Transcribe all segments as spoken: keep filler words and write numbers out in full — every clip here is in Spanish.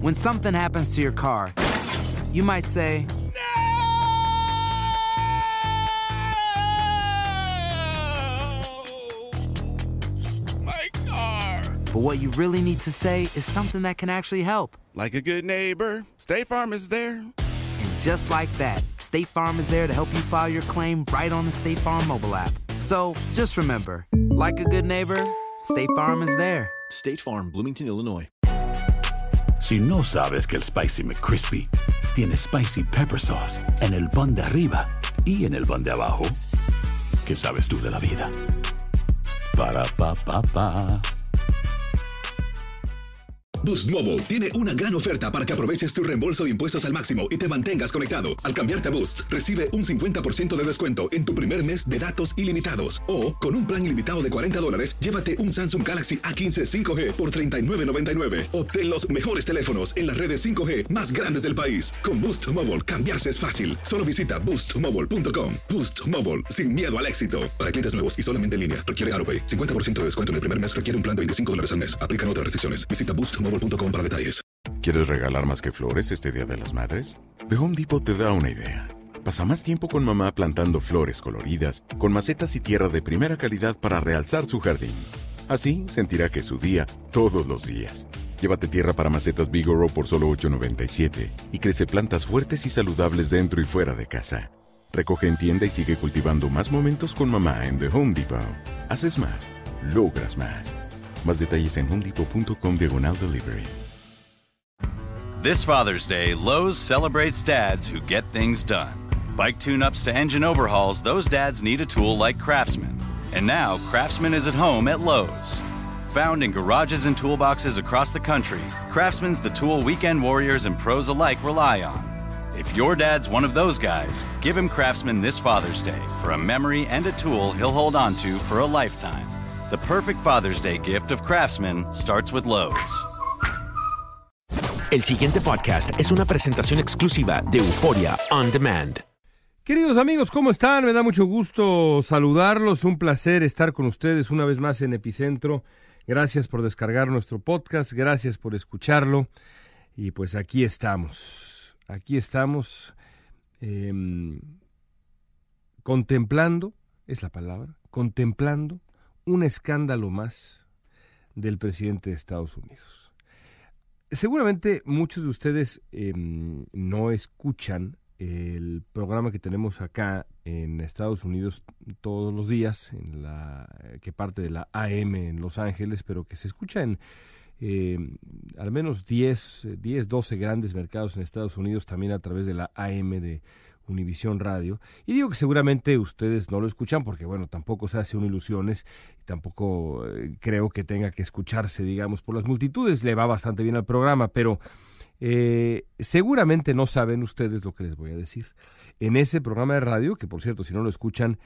When something happens to your car, you might say, but what you really need to say is something that can actually help. Like a good neighbor, State Farm is there. And just like that, State Farm is there to help you file your claim right on the State Farm mobile app. So just remember, like a good neighbor, State Farm is there. State Farm, Bloomington, Illinois. Si no sabes que el Spicy McCrispy tiene Spicy Pepper Sauce en el pan de arriba y en el pan de abajo, ¿qué sabes tú de la vida? Para, pa, pa, pa. Boost Mobile tiene una gran oferta para que aproveches tu reembolso de impuestos al máximo y te mantengas conectado. Al cambiarte a Boost, recibe un cincuenta por ciento de descuento en tu primer mes de datos ilimitados. O, con un plan ilimitado de cuarenta dólares, llévate un Samsung Galaxy A quince cinco G por treinta y nueve noventa y nueve. Obtén los mejores teléfonos en las redes cinco G más grandes del país. Con Boost Mobile, cambiarse es fácil. Solo visita boost mobile punto com. Boost Mobile, sin miedo al éxito. Para clientes nuevos y solamente en línea, requiere AutoPay. cincuenta por ciento de descuento en el primer mes requiere un plan de veinticinco dólares al mes. Aplican otras restricciones. Visita boost mobile punto com para detalles. ¿Quieres regalar más que flores este Día de las Madres? The Home Depot te da una idea. Pasa más tiempo con mamá plantando flores coloridas, con macetas y tierra de primera calidad para realzar su jardín. Así sentirá que es su día todos los días. Llévate tierra para macetas Vigoro por solo ocho noventa y siete y crece plantas fuertes y saludables dentro y fuera de casa. Recoge en tienda y sigue cultivando más momentos con mamá en The Home Depot. Haces más, logras más. Más detalles en homedepot punto com diagonal delivery. This Father's Day, Lowe's celebrates dads who get things done. Bike tune-ups to engine overhauls, those dads need a tool like Craftsman. And now, Craftsman is at home at Lowe's. Found in garages and toolboxes across the country, Craftsman's the tool weekend warriors and pros alike rely on. If your dad's one of those guys, give him Craftsman this Father's Day for a memory and a tool he'll hold on to for a lifetime. The perfect Father's Day gift of Craftsman starts with Lowe's. El siguiente podcast es una presentación exclusiva de Euphoria On Demand. Queridos amigos, ¿cómo están? Me da mucho gusto saludarlos. Un placer estar con ustedes una vez más en Epicentro. Gracias por descargar nuestro podcast. Gracias por escucharlo. Y pues aquí estamos. Aquí estamos eh, contemplando, es la palabra, contemplando un escándalo más del presidente de Estados Unidos. Seguramente muchos de ustedes eh, no escuchan el programa que tenemos acá en Estados Unidos todos los días, en la que parte de la A M en Los Ángeles, pero que se escucha en eh, al menos diez, doce grandes mercados en Estados Unidos, también a través de la A M de Univisión Radio. Y digo que seguramente ustedes no lo escuchan porque, bueno, tampoco se hace una ilusiones, tampoco eh, creo que tenga que escucharse, digamos, por las multitudes. Le va bastante bien al programa, pero eh, seguramente no saben ustedes lo que les voy a decir. En ese programa de radio, que por cierto, si no lo escuchan,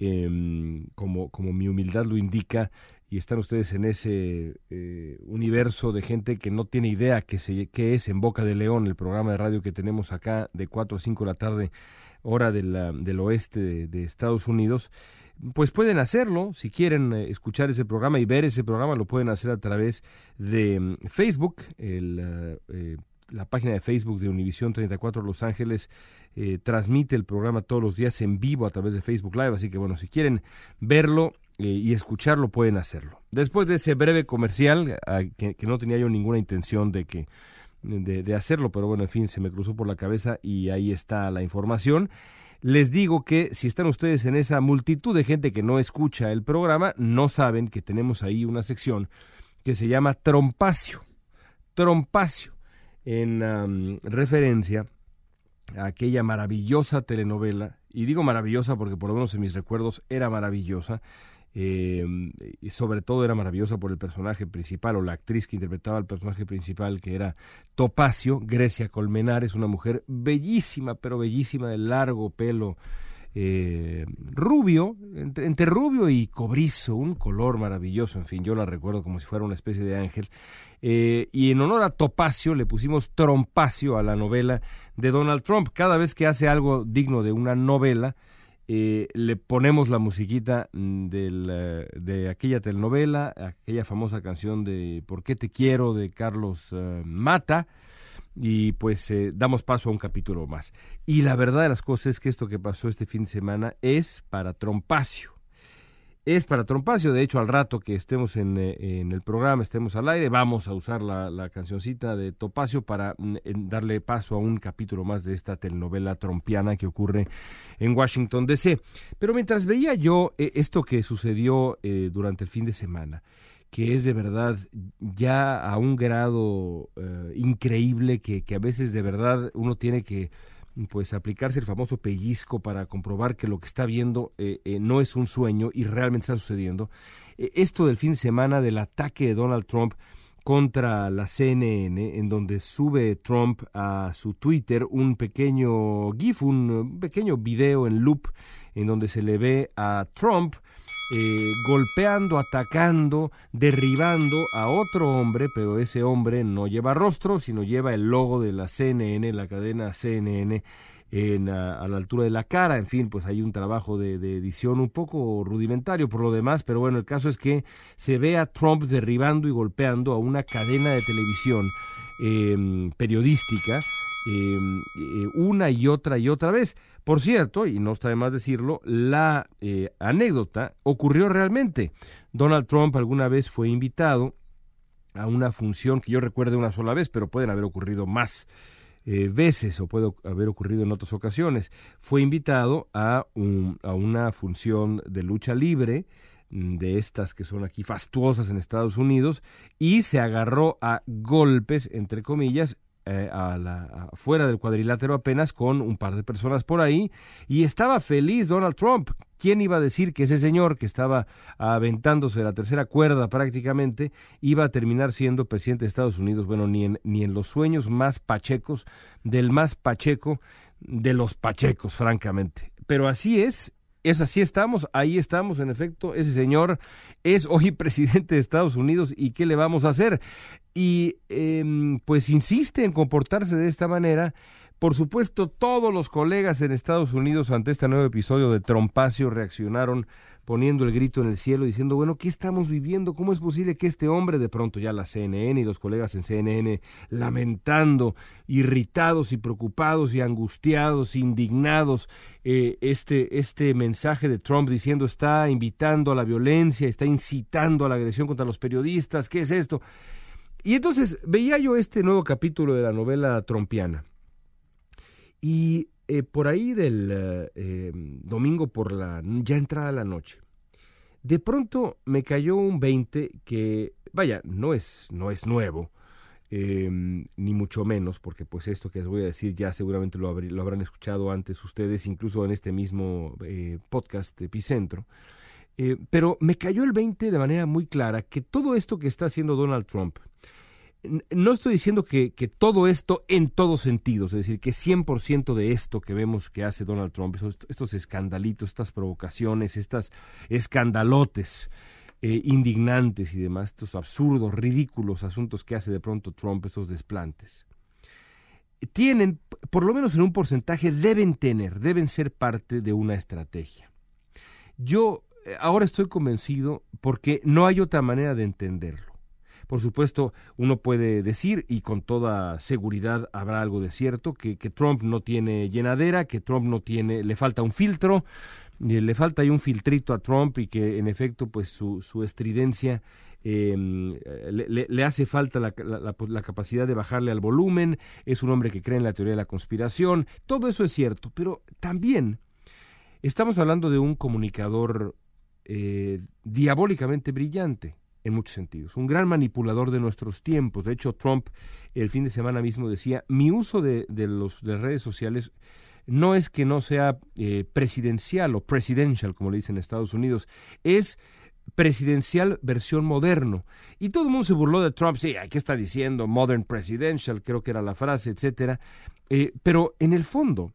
eh, como, como mi humildad lo indica, y están ustedes en ese eh, universo de gente que no tiene idea qué se, qué es En Boca de León, el programa de radio que tenemos acá de cuatro a cinco de la tarde, hora de la, del oeste de, de Estados Unidos, pues pueden hacerlo. Si quieren eh, escuchar ese programa y ver ese programa, lo pueden hacer a través de um, Facebook, el eh, la página de Facebook de Univisión treinta y cuatro Los Ángeles eh, transmite el programa todos los días en vivo a través de Facebook Live, así que bueno, si quieren verlo eh, y escucharlo, pueden hacerlo. Después de ese breve comercial, eh, que, que no tenía yo ninguna intención de que de, de hacerlo, pero bueno, en fin, se me cruzó por la cabeza y ahí está la información. Les digo que si están ustedes en esa multitud de gente que no escucha el programa, no saben que tenemos ahí una sección que se llama Trompacio. Trompacio. En um, referencia a aquella maravillosa telenovela, y digo maravillosa porque por lo menos en mis recuerdos era maravillosa, eh, y sobre todo era maravillosa por el personaje principal o la actriz que interpretaba al personaje principal, que era Topacio, Grecia Colmenares, una mujer bellísima, pero bellísima, de largo pelo eh, rubio, entre, entre rubio y cobrizo, un color maravilloso, en fin, yo la recuerdo como si fuera una especie de ángel. Eh, y en honor a Topacio le pusimos Trompacio a la novela de Donald Trump. Cada vez que hace algo digno de una novela, eh, le ponemos la musiquita del, uh, de aquella telenovela, aquella famosa canción de ¿Por qué te quiero? De Carlos uh, Mata, y pues eh, damos paso a un capítulo más. Y la verdad de las cosas es que esto que pasó este fin de semana es para Trompacio. Es para Trompacio, de hecho al rato que estemos en, en el programa, estemos al aire, vamos a usar la, la cancioncita de Topacio para mm, darle paso a un capítulo más de esta telenovela trompiana que ocurre en Washington D C. Pero mientras veía yo eh, esto que sucedió eh, durante el fin de semana, que es de verdad ya a un grado eh, increíble que, que a veces de verdad uno tiene que pues aplicarse el famoso pellizco para comprobar que lo que está viendo eh, eh, no es un sueño y realmente está sucediendo. Eh, esto del fin de semana del ataque de Donald Trump contra la C N N, en donde sube Trump a su Twitter un pequeño GIF, un, un pequeño video en loop, en donde se le ve a Trump Eh, golpeando, atacando, derribando a otro hombre, pero ese hombre no lleva rostro, sino lleva el logo de la C N N, la cadena C N N, en, a, a la altura de la cara. En fin, pues hay un trabajo de, de edición un poco rudimentario por lo demás, pero bueno, el caso es que se ve a Trump derribando y golpeando a una cadena de televisión eh, periodística, Eh, eh, una y otra y otra vez. Por cierto, y no está de más decirlo, la eh, anécdota ocurrió realmente. Donald Trump alguna vez fue invitado a una función que yo recuerde una sola vez, pero pueden haber ocurrido más eh, veces o puede haber ocurrido en otras ocasiones. Fue invitado a, un, a una función de lucha libre, de estas que son aquí fastuosas en Estados Unidos, y se agarró a golpes, entre comillas, Eh, a la, a, fuera del cuadrilátero apenas, con un par de personas por ahí, y estaba feliz Donald Trump. ¿Quién iba a decir que ese señor que estaba aventándose de la tercera cuerda prácticamente iba a terminar siendo presidente de Estados Unidos? Bueno, ni en, ni en los sueños más pachecos del más pacheco de los pachecos, francamente. Pero así es. Es así estamos, ahí estamos, en efecto, ese señor es hoy presidente de Estados Unidos, ¿y qué le vamos a hacer? Y eh, pues insiste en comportarse de esta manera. Por supuesto, todos los colegas en Estados Unidos ante este nuevo episodio de Trompacio reaccionaron poniendo el grito en el cielo, diciendo, bueno, ¿qué estamos viviendo? ¿Cómo es posible que este hombre, de pronto ya la C N N y los colegas en C N N lamentando, irritados y preocupados y angustiados, indignados, eh, este, este mensaje de Trump diciendo está invitando a la violencia, está incitando a la agresión contra los periodistas, ¿qué es esto? Y entonces veía yo este nuevo capítulo de la novela trompiana. Y eh, por ahí del eh, domingo por la ya entrada la noche, de pronto me cayó un veinte que, vaya, no es, no es nuevo, eh, ni mucho menos, porque pues esto que les voy a decir ya seguramente lo, habr- lo habrán escuchado antes ustedes, incluso en este mismo eh, podcast Epicentro, eh, pero me cayó el veinte de manera muy clara que todo esto que está haciendo Donald Trump, no estoy diciendo que, que todo esto en todos sentidos, es decir, que cien por ciento de esto que vemos que hace Donald Trump, estos, estos escandalitos, estas provocaciones, estas escandalotes eh, indignantes y demás, estos absurdos, ridículos asuntos que hace de pronto Trump, estos desplantes, tienen, por lo menos en un porcentaje, deben tener, deben ser parte de una estrategia. Yo ahora estoy convencido porque no hay otra manera de entenderlo. Por supuesto, uno puede decir, y con toda seguridad habrá algo de cierto, que, que Trump no tiene llenadera, que Trump no tiene, le falta un filtro, le falta ahí un filtrito a Trump y que en efecto pues su, su estridencia eh, le, le, le hace falta la, la, la capacidad de bajarle al volumen, es un hombre que cree en la teoría de la conspiración, todo eso es cierto, pero también estamos hablando de un comunicador eh, diabólicamente brillante. En muchos sentidos, un gran manipulador de nuestros tiempos. De hecho, Trump el fin de semana mismo decía, mi uso de, de los de redes sociales no es que no sea eh, presidencial o presidential, como le dicen en Estados Unidos, es presidencial versión moderno. Y todo el mundo se burló de Trump, sí, ¿qué está diciendo? Modern presidential, creo que era la frase, etcétera. Eh, pero en el fondo,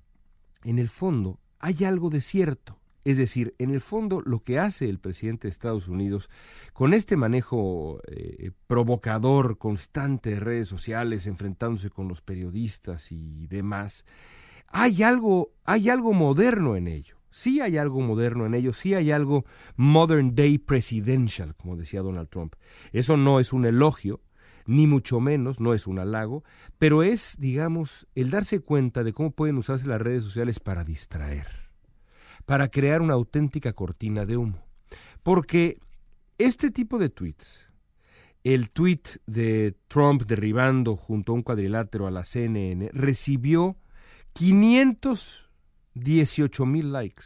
en el fondo, hay algo de cierto. Es decir, en el fondo lo que hace el presidente de Estados Unidos con este manejo eh, provocador, constante de redes sociales, enfrentándose con los periodistas y demás, hay algo, hay algo moderno en ello. Sí hay algo moderno en ellos, sí hay algo modern day presidential, como decía Donald Trump. Eso no es un elogio, ni mucho menos, no es un halago, pero es, digamos, el darse cuenta de cómo pueden usarse las redes sociales para distraer, para crear una auténtica cortina de humo. Porque este tipo de tweets, el tweet de Trump derribando junto a un cuadrilátero a la C N N, recibió quinientos dieciocho mil likes.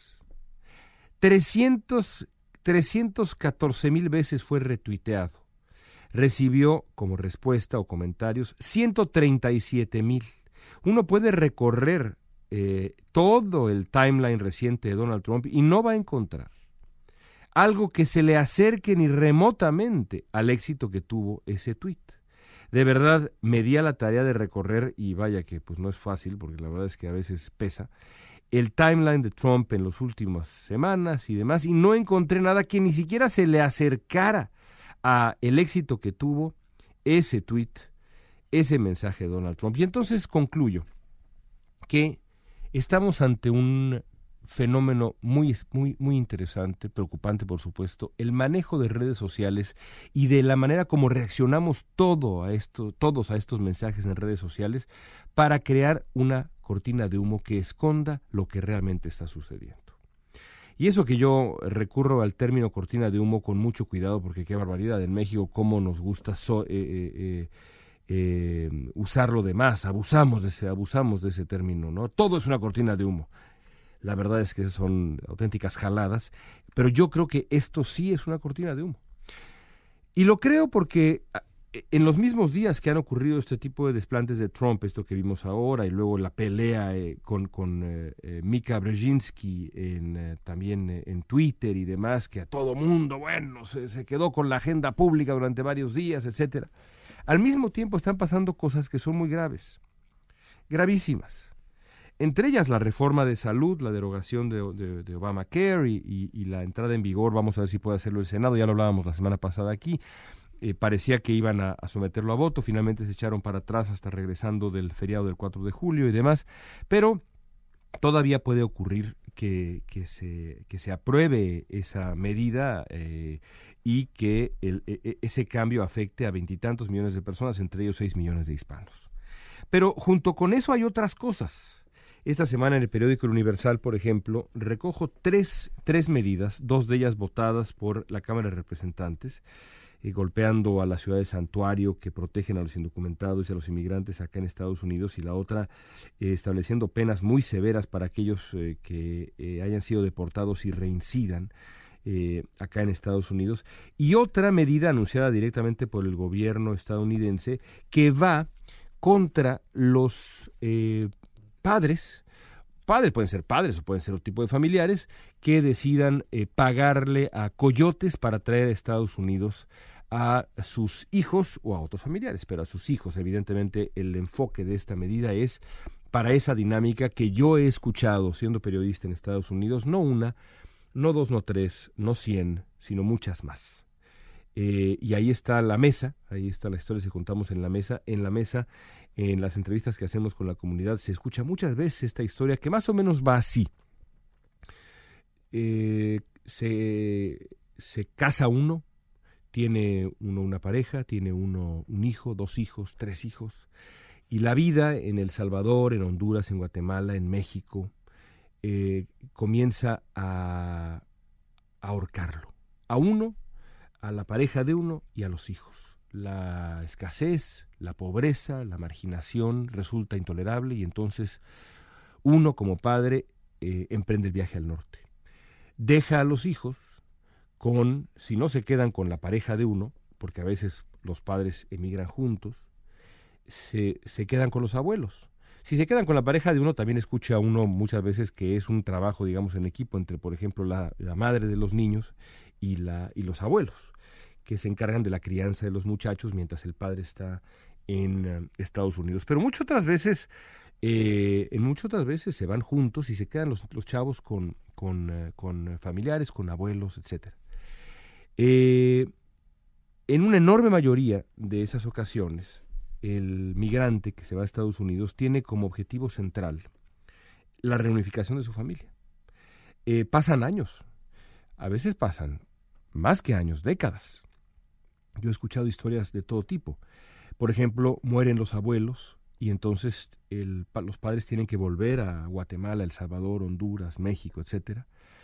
trescientos, trescientos catorce mil veces fue retuiteado. Recibió como respuesta o comentarios ciento treinta y siete mil. Uno puede recorrer eh, todo el timeline reciente de Donald Trump y no va a encontrar algo que se le acerque ni remotamente al éxito que tuvo ese tuit. De verdad, me di a la tarea de recorrer, y vaya que pues no es fácil, porque la verdad es que a veces pesa, el timeline de Trump en las últimas semanas y demás, y no encontré nada que ni siquiera se le acercara a el éxito que tuvo ese tuit, ese mensaje de Donald Trump. Y entonces concluyo que estamos ante un fenómeno muy, muy, muy interesante, preocupante por supuesto, el manejo de redes sociales y de la manera como reaccionamos todo a esto, todos a estos mensajes en redes sociales para crear una cortina de humo que esconda lo que realmente está sucediendo. Y eso que yo recurro al término cortina de humo con mucho cuidado, porque qué barbaridad, en México cómo nos gusta so, eh, eh, eh, usarlo de más, abusamos de ese, abusamos de ese término, ¿no? Todo es una cortina de humo. La verdad es que son auténticas jaladas, pero yo creo que esto sí es una cortina de humo. Y lo creo porque en los mismos días que han ocurrido este tipo de desplantes de Trump, esto que vimos ahora, y luego la pelea eh, con, con eh, Mika Brzezinski en, eh, también eh, en Twitter y demás, que a todo mundo, bueno, se, se quedó con la agenda pública durante varios días, etcétera. Al mismo tiempo están pasando cosas que son muy graves, gravísimas. Entre ellas la reforma de salud, la derogación de, de, de Obamacare y, y, y la entrada en vigor, vamos a ver si puede hacerlo el Senado, ya lo hablábamos la semana pasada aquí, eh, parecía que iban a, a someterlo a voto, finalmente se echaron para atrás hasta regresando del feriado del cuatro de julio y demás, pero todavía puede ocurrir que, que, se, que se apruebe esa medida eh, y que el, e, ese cambio afecte a veintitantos millones de personas, entre ellos seis millones de hispanos. Pero junto con eso hay otras cosas. Esta semana en el periódico El Universal, por ejemplo, recojo tres, tres medidas, dos de ellas votadas por la Cámara de Representantes, eh, golpeando a la ciudad de Santuario, que protegen a los indocumentados y a los inmigrantes acá en Estados Unidos, y la otra eh, estableciendo penas muy severas para aquellos eh, que eh, hayan sido deportados y reincidan eh, acá en Estados Unidos, y otra medida anunciada directamente por el gobierno estadounidense que va contra los eh, padres, padres pueden ser padres o pueden ser otro tipo de familiares que decidan eh, pagarle a coyotes para traer a Estados Unidos a sus hijos o a otros familiares, pero a sus hijos. Evidentemente el enfoque de esta medida es para esa dinámica que yo he escuchado siendo periodista en Estados Unidos, no una, no dos, no tres, no cien, sino muchas más. Eh, y ahí está la mesa, ahí está la historia, si contamos en la mesa, en la mesa, en las entrevistas que hacemos con la comunidad, se escucha muchas veces esta historia que más o menos va así. Eh, se, se casa uno, tiene uno una pareja, tiene uno un hijo, dos hijos, tres hijos, y la vida en El Salvador, en Honduras, en Guatemala, en México, eh, comienza a, a ahorcarlo, a uno, a la pareja de uno y a los hijos. La escasez, la pobreza, la marginación resulta intolerable y entonces uno como padre eh, emprende el viaje al norte. Deja a los hijos con, si no se quedan con la pareja de uno, porque a veces los padres emigran juntos, se, se quedan con los abuelos. Si se quedan con la pareja de uno, también escucha uno muchas veces que es un trabajo, digamos, en equipo entre, por ejemplo, la, la madre de los niños y, la, y los abuelos, que se encargan de la crianza de los muchachos mientras el padre está en uh, Estados Unidos. Pero muchas otras veces, eh, en muchas otras veces se van juntos y se quedan los, los chavos con, con, uh, con familiares, con abuelos, etcétera. Eh, en una enorme mayoría de esas ocasiones, el migrante que se va a Estados Unidos tiene como objetivo central la reunificación de su familia. eh, pasan años, a veces pasan más que años, décadas. Yo he escuchado historias de todo tipo. Por ejemplo, mueren los abuelos y entonces el, los padres tienen que volver a Guatemala, El Salvador, Honduras, México, etcétera,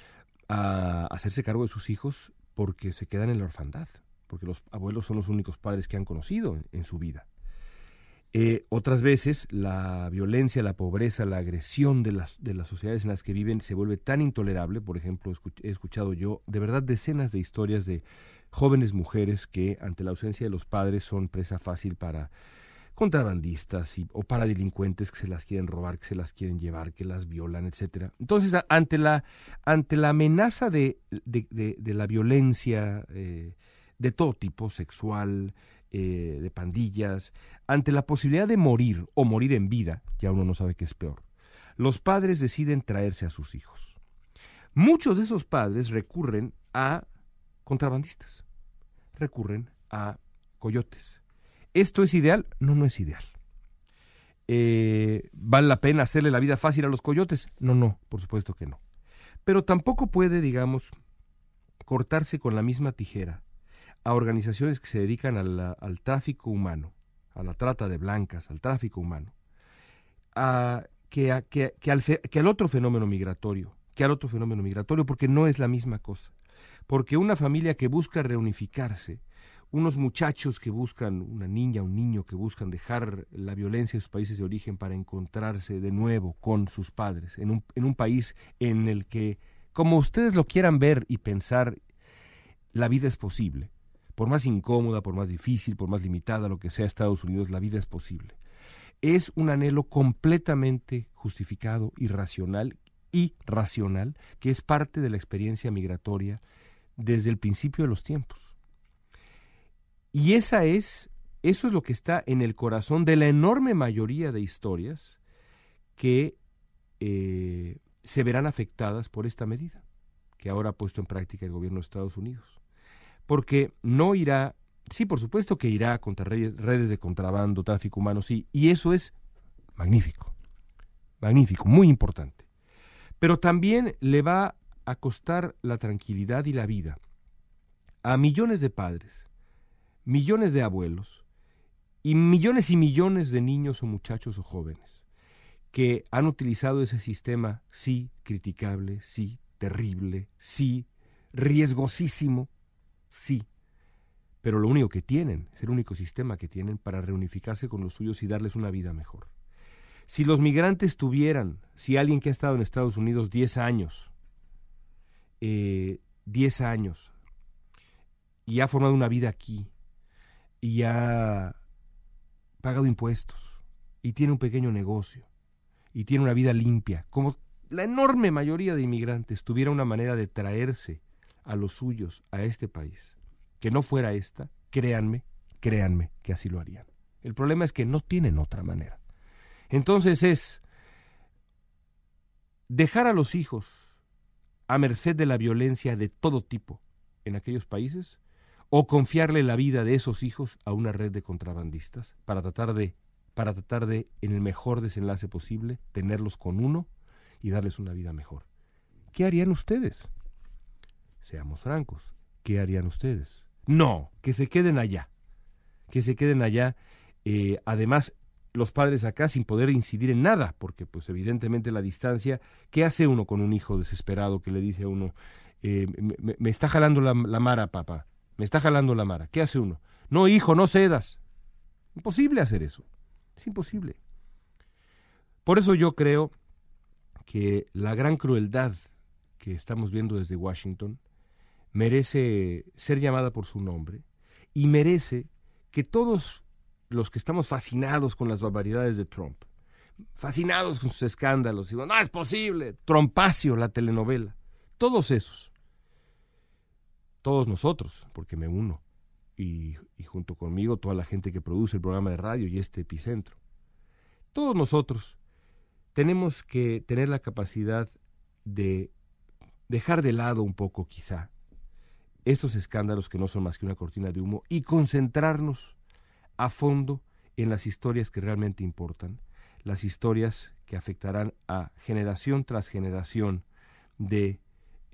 a hacerse cargo de sus hijos porque se quedan en la orfandad, porque los abuelos son los únicos padres que han conocido en, en su vida. Eh, otras veces la violencia, la pobreza, la agresión de las, de las sociedades en las que viven se vuelve tan intolerable. Por ejemplo, he escuchado yo de verdad decenas de historias de jóvenes mujeres que ante la ausencia de los padres son presa fácil para contrabandistas y, o para delincuentes que se las quieren robar, que se las quieren llevar, que las violan, etcétera. Entonces, a, ante la ante la amenaza de, de, de, de la violencia eh, de todo tipo, sexual, eh, de pandillas, ante la posibilidad de morir o morir en vida, ya uno no sabe qué es peor, los padres deciden traerse a sus hijos. Muchos de esos padres recurren a contrabandistas, recurren a coyotes. ¿Esto es ideal? No, no es ideal. Eh, ¿Vale la pena hacerle la vida fácil a los coyotes? No, no, por supuesto que no. Pero tampoco puede, digamos, cortarse con la misma tijera a organizaciones que se dedican a la, al tráfico humano, a la trata de blancas, al tráfico humano, a, que, a, que, que, al fe, que al otro fenómeno migratorio, que al otro fenómeno migratorio, porque no es la misma cosa. Porque una familia que busca reunificarse, unos muchachos que buscan, una niña, un niño que buscan dejar la violencia en sus países de origen para encontrarse de nuevo con sus padres, en un, en un país en el que, como ustedes lo quieran ver y pensar, la vida es posible. Por más incómoda, por más difícil, por más limitada, lo que sea Estados Unidos, la vida es posible. Es un anhelo completamente justificado y racional, y racional, que es parte de la experiencia migratoria desde el principio de los tiempos. Y esa es, eso es lo que está en el corazón de la enorme mayoría de historias que eh, se verán afectadas por esta medida que ahora ha puesto en práctica el gobierno de Estados Unidos. Porque no irá, sí, por supuesto que irá contra redes, redes de contrabando, tráfico humano, sí, y eso es magnífico, magnífico, muy importante. Pero también le va a costar la tranquilidad y la vida a millones de padres, millones de abuelos y millones y millones de niños o muchachos o jóvenes que han utilizado ese sistema, sí, criticable, sí, terrible, sí, riesgosísimo, sí, pero lo único que tienen, es el único sistema que tienen para reunificarse con los suyos y darles una vida mejor. Si los migrantes tuvieran, si alguien que ha estado en Estados Unidos diez años, eh, diez años, y ha formado una vida aquí, y ha pagado impuestos, y tiene un pequeño negocio, y tiene una vida limpia, como la enorme mayoría de inmigrantes tuviera una manera de traerse a los suyos a este país, que no fuera esta, créanme, créanme que así lo harían. El problema es que no tienen otra manera. Entonces es dejar a los hijos a merced de la violencia de todo tipo en aquellos países, o confiarle la vida de esos hijos a una red de contrabandistas para tratar de, para tratar de, en el mejor desenlace posible, tenerlos con uno y darles una vida mejor. ¿Qué harían ustedes? Seamos francos, ¿qué harían ustedes? No, que se queden allá, que se queden allá, eh, además los padres acá sin poder incidir en nada, porque pues evidentemente la distancia, ¿qué hace uno con un hijo desesperado que le dice a uno, eh, me, me está jalando la, la mara, papá, me está jalando la mara? ¿Qué hace uno? No, hijo, no cedas. Imposible hacer eso, es imposible. Por eso yo creo que la gran crueldad que estamos viendo desde Washington merece ser llamada por su nombre y merece que todos los que estamos fascinados con las barbaridades de Trump, fascinados con sus escándalos, y no es posible, Trompacio, la telenovela, todos esos, todos nosotros, porque me uno, y, y junto conmigo toda la gente que produce el programa de radio y este epicentro, todos nosotros tenemos que tener la capacidad de dejar de lado un poco quizá estos escándalos que no son más que una cortina de humo y concentrarnos a fondo en las historias que realmente importan, las historias que afectarán a generación tras generación de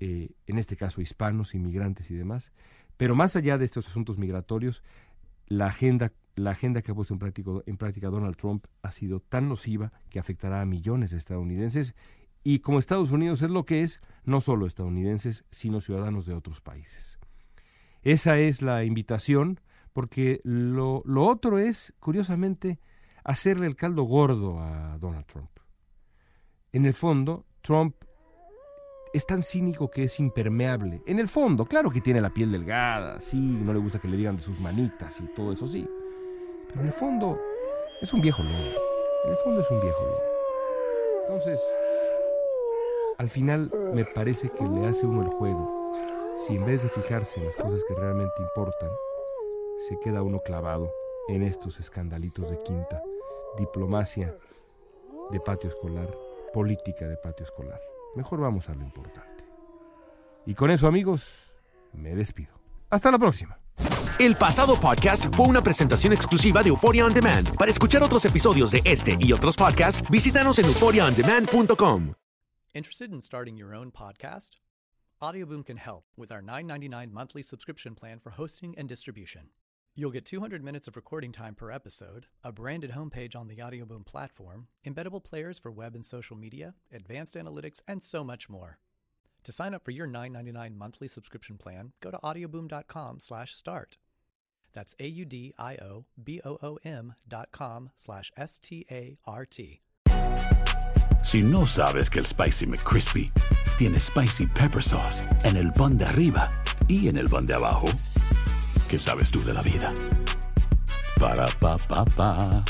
eh, en este caso hispanos, inmigrantes y demás. Pero más allá de estos asuntos migratorios, la agenda, la agenda que ha puesto en práctica, en práctica Donald Trump ha sido tan nociva que afectará a millones de estadounidenses. Y como Estados Unidos es lo que es, no solo estadounidenses, sino ciudadanos de otros países. Esa es la invitación, porque lo, lo otro es, curiosamente, hacerle el caldo gordo a Donald Trump. En el fondo, Trump es tan cínico que es impermeable. En el fondo, claro que tiene la piel delgada, sí, no le gusta que le digan de sus manitas y todo eso, sí. Pero en el fondo, es un viejo lobo. En el fondo es un viejo lobo. Entonces, al final me parece que le hace uno el juego. Si en vez de fijarse en las cosas que realmente importan, se queda uno clavado en estos escandalitos de quinta, diplomacia de patio escolar, política de patio escolar. Mejor vamos a lo importante. Y con eso, amigos, me despido. Hasta la próxima. El pasado podcast fue una presentación exclusiva de Euphoria On Demand. Para escuchar otros episodios de este y otros podcasts, visítanos en euphoria on demand punto com. Interested in starting your own podcast? Audioboom can help with our nine ninety-nine monthly subscription plan for hosting and distribution. You'll get two hundred minutes of recording time per episode, a branded homepage on the Audioboom platform, embeddable players for web and social media, advanced analytics, and so much more. To sign up for your nine ninety-nine monthly subscription plan, go to audioboom.com slash start. That's A-U-D-I-O-B-O-O-M dot com slash S-T-A-R-T. Si no sabes que el Spicy McCrispy tiene Spicy Pepper Sauce en el pan de arriba y en el pan de abajo, ¿qué sabes tú de la vida? Para, pa, pa, pa.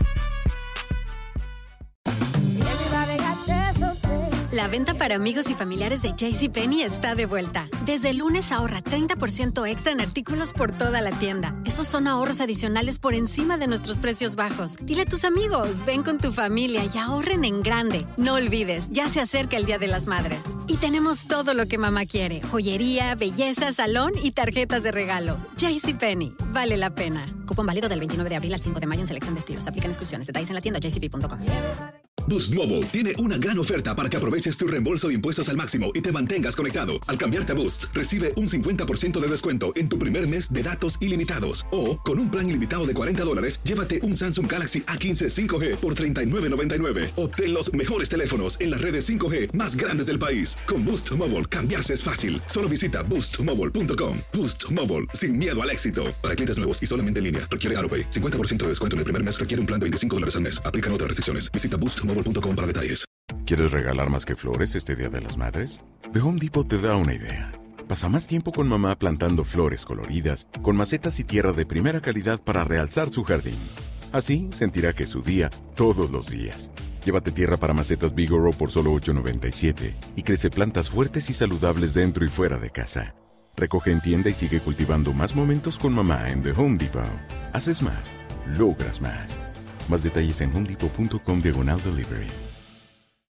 La venta para amigos y familiares de JCPenney está de vuelta. Desde el lunes ahorra treinta por ciento extra en artículos por toda la tienda. Esos son ahorros adicionales por encima de nuestros precios bajos. Dile a tus amigos, ven con tu familia y ahorren en grande. No olvides, ya se acerca el Día de las Madres. Y tenemos todo lo que mamá quiere. Joyería, belleza, salón y tarjetas de regalo. JCPenney, vale la pena. Cupón válido del veintinueve de abril al cinco de mayo en selección de estilos. Aplican exclusiones. Detalles en la tienda j c p punto com. Boost Mobile tiene una gran oferta para que aproveches tu reembolso de impuestos al máximo y te mantengas conectado. Al cambiarte a Boost, recibe un cincuenta por ciento de descuento en tu primer mes de datos ilimitados. O, con un plan ilimitado de cuarenta dólares, llévate un Samsung Galaxy A quince cinco G por treinta y nueve noventa y nueve. Obtén los mejores teléfonos en las redes cinco G más grandes del país. Con Boost Mobile, cambiarse es fácil. Solo visita boost mobile punto com. Boost Mobile, sin miedo al éxito. Para clientes nuevos y solamente en línea, requiere AutoPay. cincuenta por ciento de descuento en el primer mes requiere un plan de veinticinco dólares al mes. Aplican otras restricciones. Visita boost mobile punto com para detalles. ¿Quieres regalar más que flores este Día de las Madres? The Home Depot te da una idea. Pasa más tiempo con mamá plantando flores coloridas, con macetas y tierra de primera calidad para realzar su jardín. Así sentirá que es su día todos los días. Llévate tierra para macetas Bigoro por solo ocho noventa y siete y crece plantas fuertes y saludables dentro y fuera de casa. Recoge en tienda y sigue cultivando más momentos con mamá en The Home Depot. Haces más, logras más. Más detalles en home depot punto com diagonal delivery.